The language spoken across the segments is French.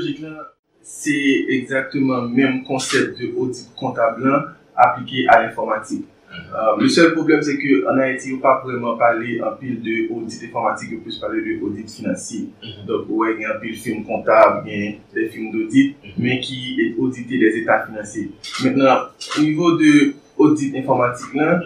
logique là, c'est exactement le même concept de audit comptable appliqué à l'informatique. Le seul problème, c'est qu'en Haïti, on ne pas vraiment parler en pile de audit informatique, on peut parler de audit financier. Donc, ouais, il y a un pile film comptable, il y a des films d'audit, mais qui est audité des états financiers. Maintenant, au niveau de audit informatique, là,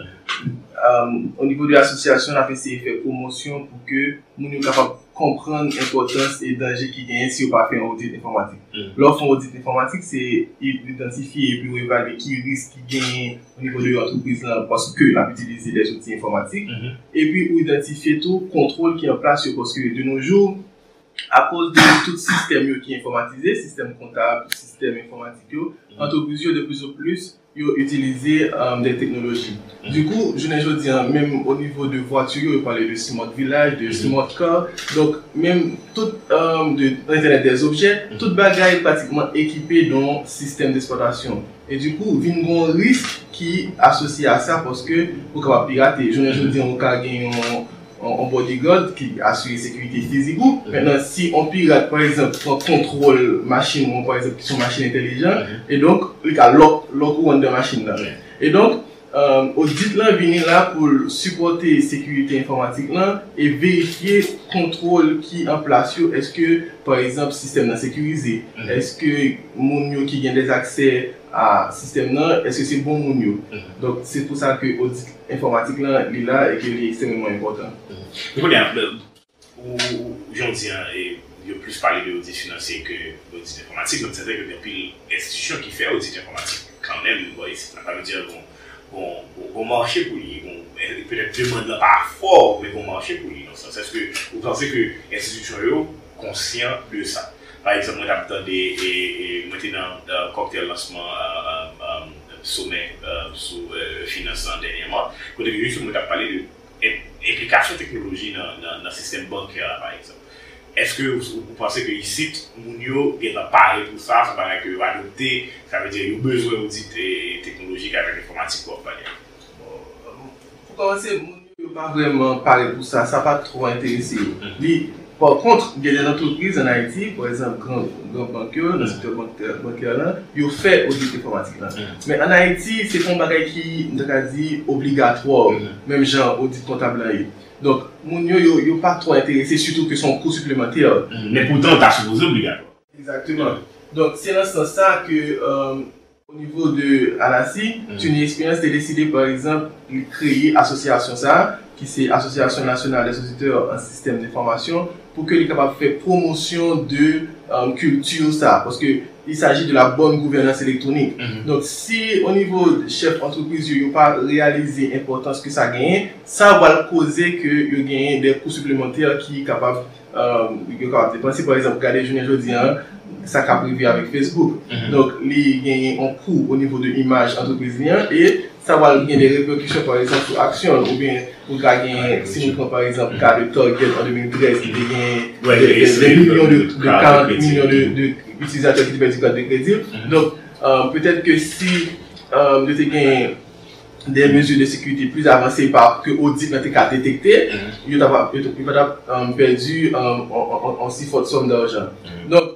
au niveau de l'association, on a essayé de faire promotion pour que nous soyons capables de comprendre l'importance et le danger qui gagne si on n'a pas fait un audit informatique. Lorsqu'on fait un audit informatique, c'est identifier et puis évaluer qui risque qui gagne au niveau de l'entreprise parce que a utilisé des outils informatiques. Et puis identifier tout le contrôle qui est en place parce que de nos jours, à cause de tout système qui est informatisé, système comptable, système informatique, l'entreprise de plus en plus utiliser des technologies. Du coup, je ne dis même au niveau de voitures, on parlait de smart village, de smart car, donc même tout de l'internet des objets, toute bagaille est pratiquement équipée dans le système d'exploitation. Et du coup, il y a un risque qui est associé à ça parce que vous pouvez pirater. Je ne dis on peut gagner un bodyguard qui assure la sécurité physique. Maintenant, si on pirate, par exemple, un contrôle machine, ou par exemple, qui sont machines intelligentes, et donc, il y a lock de machine là. Et donc, audit là vient là pour supporter la sécurité informatique là et vérifier le contrôle qui est en place. Est-ce que, par exemple, le système est sécurisé? Est-ce que mon qui a des accès à ce système là, est-ce que c'est bon mon Donc, c'est pour ça que l'audit informatique là, il est là et qu'il est extrêmement important. Donc, j'en dis, il y a plus parlé de l'audit financier que l'audit informatique, donc c'est vrai que depuis l'institution qui fait l'audit informatique, quand même, ça ne veut pas dire qu'on marché pour lui, peut-être demande pas fort, mais qu'on marché pour lui. Est-ce que vous pensez que l'institution est consciente de ça? Par exemple, moi, j'attendais maintenant un cocktail lancement sommet sur financement dernièrement. Quand justement, on a parlé de l'implication technologique dans le système bancaire, par exemple. Est-ce que vous pensez que ici, Mounio est parlé pour ça, ça veut dire que va adopter, ça veut dire qu'il y a besoin d'audit technologique avec l'informatique pour faire? Pour commencer, Mounio n'est pas vraiment parlé pour ça, ça n'a pas trop intéressé. Par contre, il y a des entreprises en Haïti, par exemple, grand banquiers, dans le secteur bancaire là, ils ont fait audit informatique là. Mais en Haïti, c'est un bagage qui est obligatoire, même genre audit comptable là. Donc, Mounio n'est pas trop intéressé, surtout que son coût supplémentaire. Mais pourtant, tu as supposé obligatoire. Exactement. Donc, c'est dans ce sens-là que, au niveau de Anassi, tu as une expérience de décider, par exemple, de créer association ça, qui c'est Association nationale des sociétaires en système d'information, pour que les capables de faire promotion de culture ça, parce que il s'agit de la bonne gouvernance électronique. Donc, si au niveau de chef d'entreprise, il n'y a pas réalisé l'importance que ça gagne, ça va causer que il gagne des coûts supplémentaires qui est capable de dépenser. Par exemple, regardez, je ne dis rien, ça a privé avec Facebook. Donc, il gagne un coût au niveau de l'image entreprise et ça va avoir des répercussions, par exemple, sur Action, ou bien pour gagner, si nous prenons par exemple le cas de Target en 2013, qui gagne des millions de 40 millions d'utilisateurs qui développent du code de crédit. Donc, peut-être que si vous avez des mesures de sécurité plus avancées par que l'audit n'a pas détecté, il va perdu en si forte somme d'argent. Donc,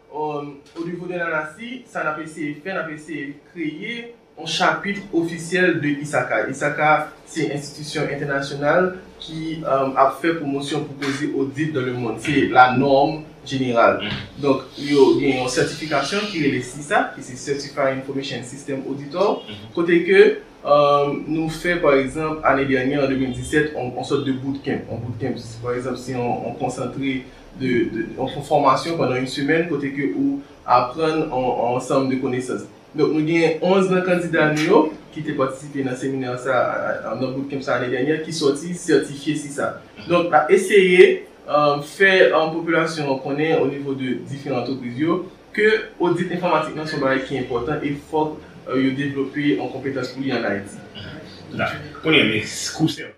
au niveau de l'ANASI, ça n'a pas essayé de créer un chapitre officiel de ISACA. ISACA, c'est une institution internationale qui a fait promotion pour poser audit dans le monde. C'est la norme générale. Donc, il y a une certification qui est le CISA, qui c'est Certified Information System Auditor. Côté que nous fait par exemple l'année dernière, en 2017, on sort de bootcamp. En bootcamp, par exemple, si on concentré en formation pendant une semaine, côté que ou apprendre ensemble de connaissances. Donc, nous avons 11 candidats qui ont participé dans le séminaire dans le bootcamp l'année dernière, qui sont certifiés si ça. Donc, on a essayé de faire en population qu'on est au niveau de différentes entreprises que l'audit informatique dans son bagage qui est important et il faut développer en compétences pour lui en Haïti. D'accord. On est mais coût service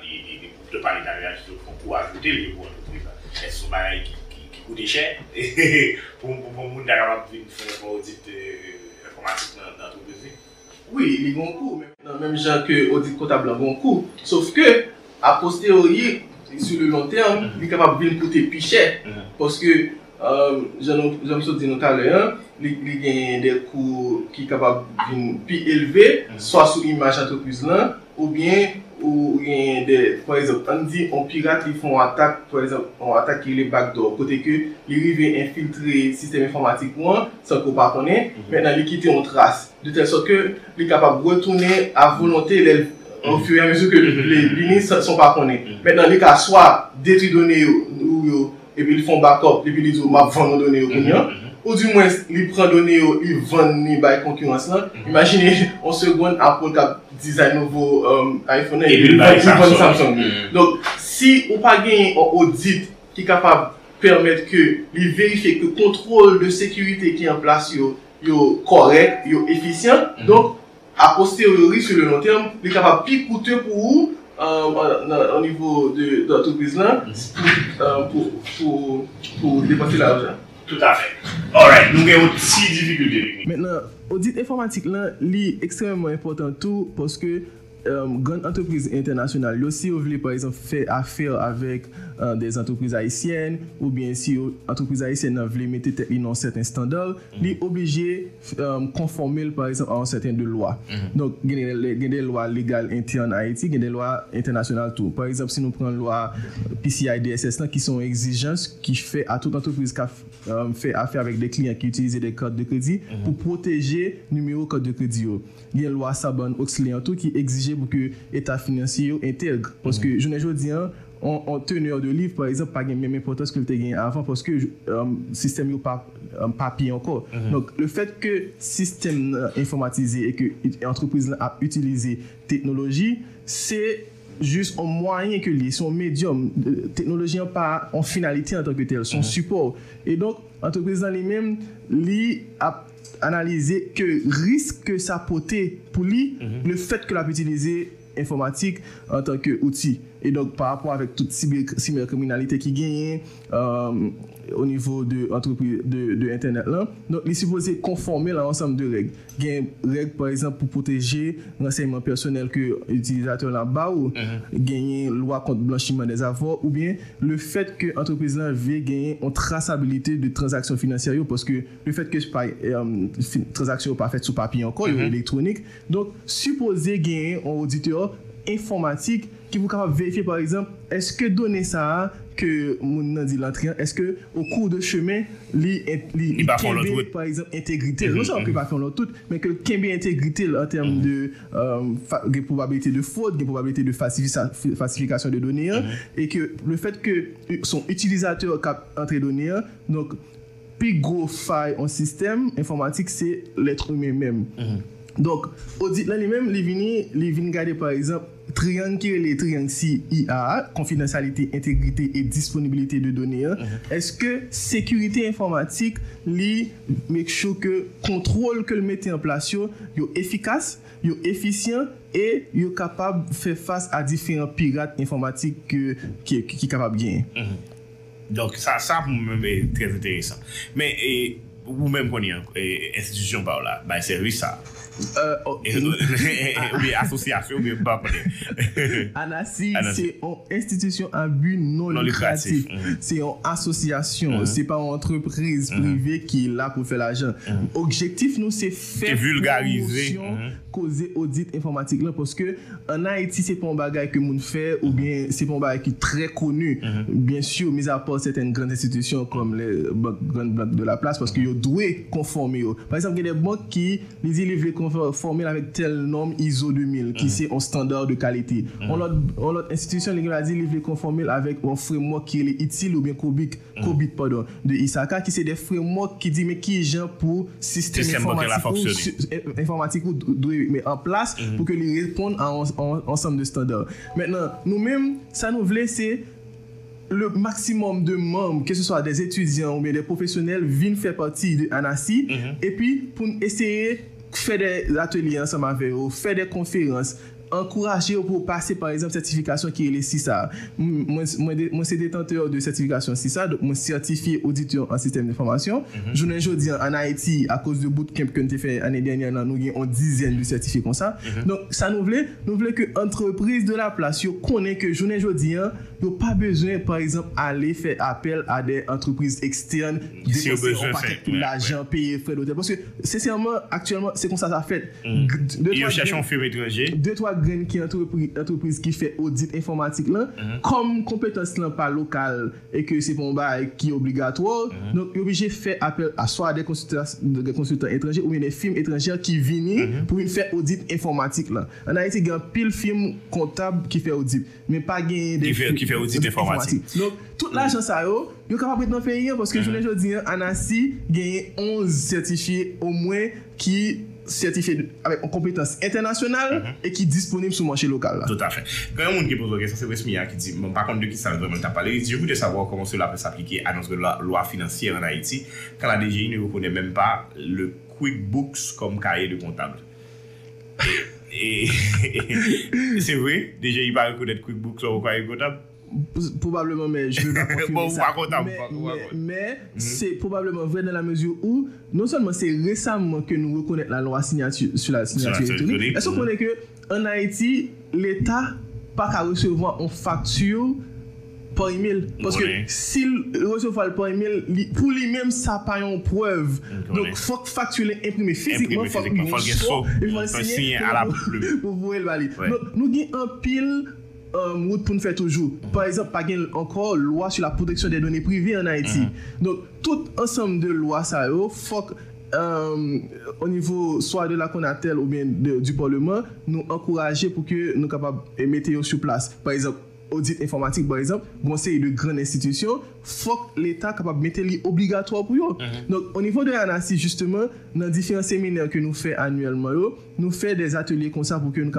de parler d'arrière pour ajouter les coûts entreprises. Est-ce que bagage qui coûte cher pour monde d'avoir faire un audit informatique dans l'entreprise? Oui, il y a un coût, même genre que audit comptable a un coût. Sauf que a posteriori sur le long terme, il est capable de coûter plus cher parce que je me suis dit tout à l'heure, il y a des coûts qui sont capables de plus élevés, soit sous l'image d'entreprise là, ou bien où il y a des, par exemple, on dit on pirate, ils font attaque, par exemple, on attaque les backdoors, côté que ils arrivent à infiltrer le système informatique sans qu'on ne connaisse, maintenant ils quittent une trace, de telle sorte que ils sont capables de retourner à volonté au fur et à mesure que les lignes ne sont pas connues. Maintenant, les cas soit détruire données et puis ils font backup, et puis ils disent ma vendre données ou du moins ils prennent données, ils vendent ni by concurrence là. Imaginez en seconde Apple qui a design nouveau iPhone et puis ils vendent Samsung. Donc si on pas gagné un audit qui est capable de permettre que ils vérifient que le contrôle de sécurité qui est en place est correct, est efficient, donc a posteriori sur le long terme, il est capable de plus coûteux pour vous au niveau de l'entreprise là pour dépenser l'argent. Tout à fait. Alright, nous avons aussi difficultés. Maintenant, audit informatique là, est extrêmement important tout parce que grande entreprise internationale, aussi vous voulez par exemple faire affaire avec des entreprises haïtiennes ou bien si entreprise haïtienne veut mettre tête dans certains standards, il est obligé conformer par exemple à un certain de loi. Donc il y a des lois légales internes en Haïti, il y a des lois internationales tout. Par exemple, si nous prenons la loi PCI DSS là, qui sont exigences qui fait à toute entreprise qui fait affaire avec des clients qui utilisent des cartes de crédit pour protéger numéro code de crédit. Il y a une loi Sarbanes-Oxley tout qui exige pour que l'État financier intègre. Parce que je ne dis pas, en teneur de livre, par exemple, pas la même importance que le gagné avant parce que le système n'est pas papier encore. Donc, le fait que le système informatisé et que l'entreprise a utilisé technologie, c'est juste un moyen que lié, son médium. Technologie n'est pas en finalité en tant que tel, son support. Et donc, l'entreprise dans lui-même, lui a analysé que risque que ça portait pour lui, le fait que l'a utilisé informatique en tant qu'outil. Et donc, par rapport avec toute cybercriminalité qui gagne au niveau de l'entreprise de Internet, là, donc, il est supposé conformer à l'ensemble de règles. Il y a des règles, par exemple, pour protéger l'enseignement personnel que l'utilisateur là-bas, ou gagner une loi contre blanchiment des avoirs, ou bien le fait que l'entreprise là veut gagner une traçabilité de transactions financières, parce que le fait que transaction pas faite sous papier encore, électronique. Donc, supposé gagner un auditeur informatique qui vous capable vérifier par exemple est-ce que donner ça que mon dit l'entrée est-ce que au cours de chemin il par exemple intégrité non seulement que pas faire l'autre tout mais que bien intégrité en termes de probabilité de fraude, de probabilité de falsification de données et que le fait que son utilisateur cap entrer données donc plus gros faille en système informatique c'est l'être humain même. Donc, audit là lui-même, il vient garder par exemple triangle qui est les triangles CIA, confidentialité, intégrité et disponibilité de données. Est-ce que sécurité informatique lui make sure que contrôle que le mettez en place est efficace, est efficient et est capable de faire face à différents pirates informatiques qui est capable de gagner. Donc ça pour moi est très intéressant. Mais vous-même connaissez institution par là, bah service ça. Ou bien association, ou bien pas connaître. ANACI, c'est une institution à but non lucratif. C'est une association, c'est pas une entreprise privée qui est là pour faire l'argent. Objectif, nous, c'est faire vulgariser, causer audit informatique là, parce que en Haïti, c'est pas un bagage que moun fait, ou bien c'est pas un bagage qui est très connu. Bien sûr, mis à part certaines grandes institutions comme les grandes banques de la place, parce qu'ils doivent conformer. Par exemple, il y a des banques qui disent qu'ils veulent conformer avec telle norme ISO 2000, qui c'est un standard de qualité. On l'autre institution, les gars, ils veulent conformer avec un framework qui est utile ou bien COBIT, pardon, de ISACA, qui c'est des frameworks qui dit mais qui est genre pour système informatique ou doit mettre en place pour que les répondent à un ensemble de standards. Maintenant, nous-mêmes, ça nous voulait c'est le maximum de membres, que ce soit des étudiants ou bien des professionnels, viennent faire partie de ANACI et puis pour essayer de faire des ateliers ensemble avec eux, faire des conférences, encourager pour passer par exemple certification qui est les CISA. Moi c'est détenteur de certification CISA, donc moi certifié auditeur en système d'information. Je ne dis en Haïti à cause de bootcamp que nous avons fait l'année dernière, nous avons une dizaine de certifiés comme ça. Donc ça nous voulait que entreprise de la place yo connaît que je ne dis yo pas besoin par exemple aller faire appel à des entreprises externes si besoin tout l'argent payer frais d'hôtel parce que sincèrement actuellement c'est comme ça fait. Ils cherchent un firme étranger. 2-3 graines qui entreprise qui fait audit informatique là comme compétence là pas locale et que c'est pour un bail qui est obligatoire donc est obligé faire appel à soit des consultants étrangers ou bien des firmes étrangères qui viennent pour faire audit informatique là. En Haïti il y a pile firme comptable qui fait audit mais pas gain qui fait audit informatique. Donc toute l'argent ça yo capable de faire rien parce que je ne dis Anassi gagne 11 certifiés au moins qui certifié avec une compétence internationale et qui est disponible sur le marché local. Là. Tout à fait. Quand il y a un monde qui pose la question, c'est Wesmia qui dit, par contre, de qui ça vraiment t'a parlé, il dit, je voudrais savoir comment cela peut s'appliquer à notre loi financière en Haïti, quand la DGI ne reconnaît même pas le QuickBooks comme cahier de comptable. Et c'est vrai, DGI va reconnaître QuickBooks comme cahier de comptable. Probablement, mais je ne vais pas confirmer ça. Mais c'est probablement vrai dans la mesure où non seulement c'est récemment que nous reconnaissons la loi sur la signature électronique. Est-ce qu'on connaît que en Haïti, l'État pas qu'à recevoir une facture par email parce que s'il reçoit par email pour lui-même ça pas une preuve. Donc faut facturer imprimer physiquement faut signer à la plume pour voir le valide. Donc nous avons un pile route pour nous faire toujours. Par exemple, pas encore loi sur la protection des données privées en Haïti. Donc, tout ensemble de lois, ça faut au niveau soit de la CONATEL ou bien du Parlement, nous encourager pour que nous capables de mettre sur place. Par exemple, audit informatique, par exemple, conseil de grandes institutions, faut que l'État capable de mettre les obligatoire pour eux. Donc, au niveau de l'ANASI, justement, dans différents séminaires que nous faisons annuellement, nous faisons des ateliers comme ça pour que nous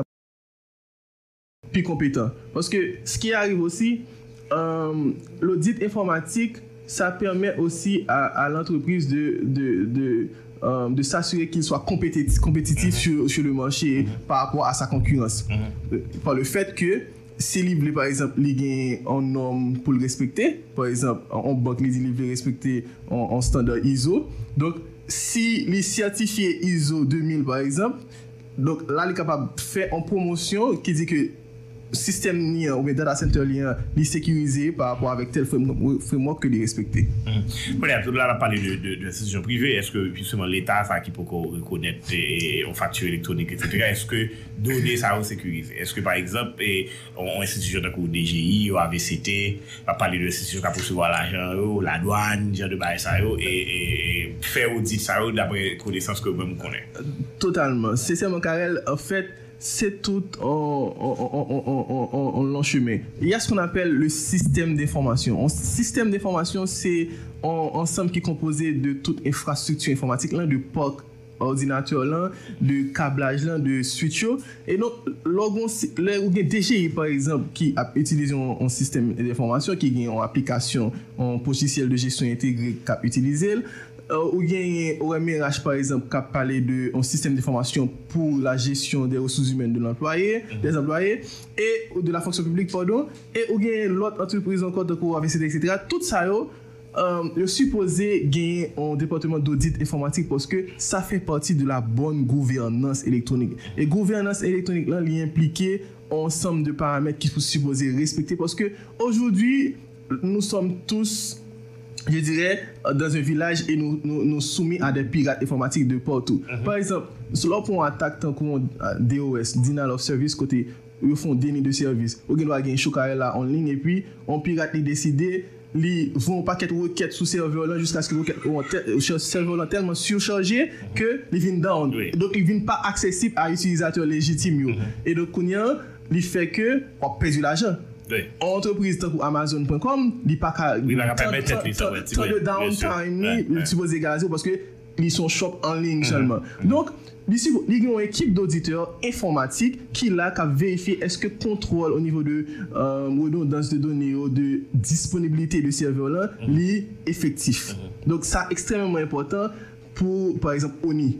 plus compétent. Parce que ce qui arrive aussi, l'audit informatique, ça permet aussi à l'entreprise de s'assurer qu'il soit compétitif sur le marché par rapport à sa concurrence. Par le fait que s'il voulait par exemple il y a un norme pour le respecter, par exemple en banque il veut respecter en standard ISO. Donc si les certifiés ISO 2000 par exemple, donc là il est capable de faire une promotion qui dit que système lien ou data center lien est sécurisé par rapport avec tel framework que les respecter. Voilà, tout là on a parlé de institutions privées. Est-ce que justement l'État ça qui peut reconnaître en facture électronique etc. Est-ce que données ça est sécurisé? Est-ce que par exemple une institution comme DGI ou AVCT va parler de institutions qui recevoir l'argent, la douane, genre de bail ça et faire audit ça d'après connaissance que vous me connaissez? Totalement. C'est ça mon Karel en fait c'est tout en long chemin. Il y a ce qu'on appelle le système d'information. Un système d'information, c'est un ensemble qui est composé de toute infrastructure informatique, là, de ports ordinateur là, de câblage là, de switch. Et donc, le DGI par exemple qui a utilisé un système d'information, qui a une application, un logiciel de gestion intégré qui a utilisé. Ou bien OMRH par exemple qui a parlé de un système d'information pour la gestion des ressources humaines de l'employé, des employés et de la fonction publique pardon et ou bien l'autre entreprise encore de AVCT etc. Tout ça est supposé gagner un département d'audit informatique parce que ça fait partie de la bonne gouvernance électronique. Et gouvernance électronique là, il implique un ensemble de paramètres qu'il faut supposer respecter parce que aujourd'hui nous sommes tous, je dirais, dans un village et nous soumis à des pirates informatiques de partout. Par exemple, selon pour attaque tant comme DOS, Denial of Service, côté ils font déni de service. Ou bien il y a un chocarel là en ligne et puis on pirate les décider, ils vont paquet de requêtes sous serveur là jusqu'à ce que le serveur là tellement surchargé que ils viennent down. Donc ils viennent pas accessible à utilisateurs légitimes. Et donc il fait que on perd de l'argent. Entreprise comme Amazon.com, il pas permettre de downtime supposé gazer parce que ils sont shop en ligne seulement. Donc ici il y a une équipe d'auditeurs informatiques qui là qui vérifier est-ce que contrôle au niveau de redondance de données ou de disponibilité de serveur là est effectif. Donc ça extrêmement important pour par exemple ONI.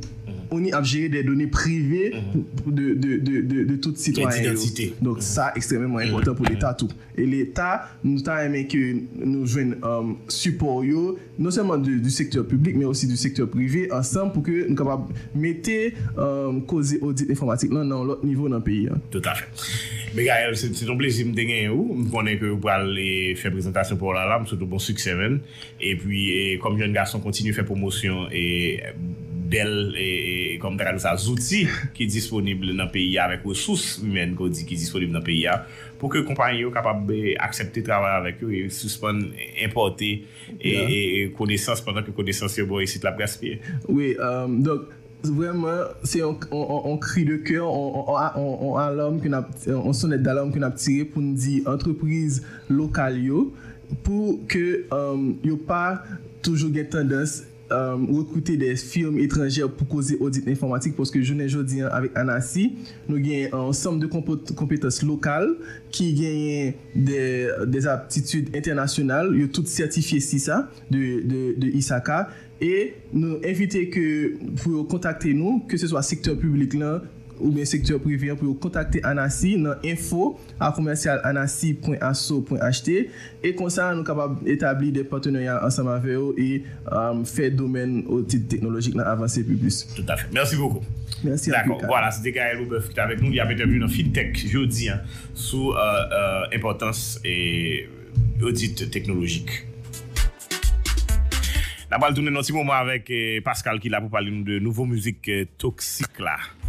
on y a géré des données privées de tout citoyen. Donc ça extrêmement important pour l'État tout. Et l'État nous a aimé que nous joignons support non seulement du secteur public mais aussi du secteur privé ensemble pour que nous capables mettre causer audit informatique dans l'autre niveau dans le pays. Tout à fait. Mais Gaël, c'est ton plaisir de gagner où je connais que vous allez faire présentation pour la lame, surtout bon succès même. Et puis comme jeune garçon continue à faire promotion et belle et comme tu as dit ça, outils qui sont disponibles dans le pays avec ressources humaines qui sont disponibles dans le pays pour que les compagnies soient capables d'accepter de travailler avec eux et suspendre, importer et connaissances pendant que connaissances sont bon ici de la gaspiller. Oui, donc vraiment c'est un cri de cœur, on alarme on sonnette d'alarme qu'on a tiré pour nous dire entreprises locales pour que yo pas toujours des tendances recruter des firmes étrangères pour causer audit informatique parce que aujourd'hui avec ANACI nous avons un ensemble de compétences locales qui gagnent des aptitudes internationales, ils sont toutes certifiées ça de ISACA et nous inviter que pour contacter nous que ce soit secteur public là ou bien secteur privé pour contacter ANACI dans info@anasi.asso.ht et comme ça nous capable d'établir des partenariats ensemble avec eux et faire domaine audit technologique dans avancer plus. Tout à fait. Merci beaucoup. Merci. D'accord. Voilà, c'était Gaël Loubeuf qui est avec nous. Il a intervenu dans FinTech jeudi sur importance et audit technologique. On va tourner un petit moment avec Pascal qui est là pour parler de nouveau musique toxique là.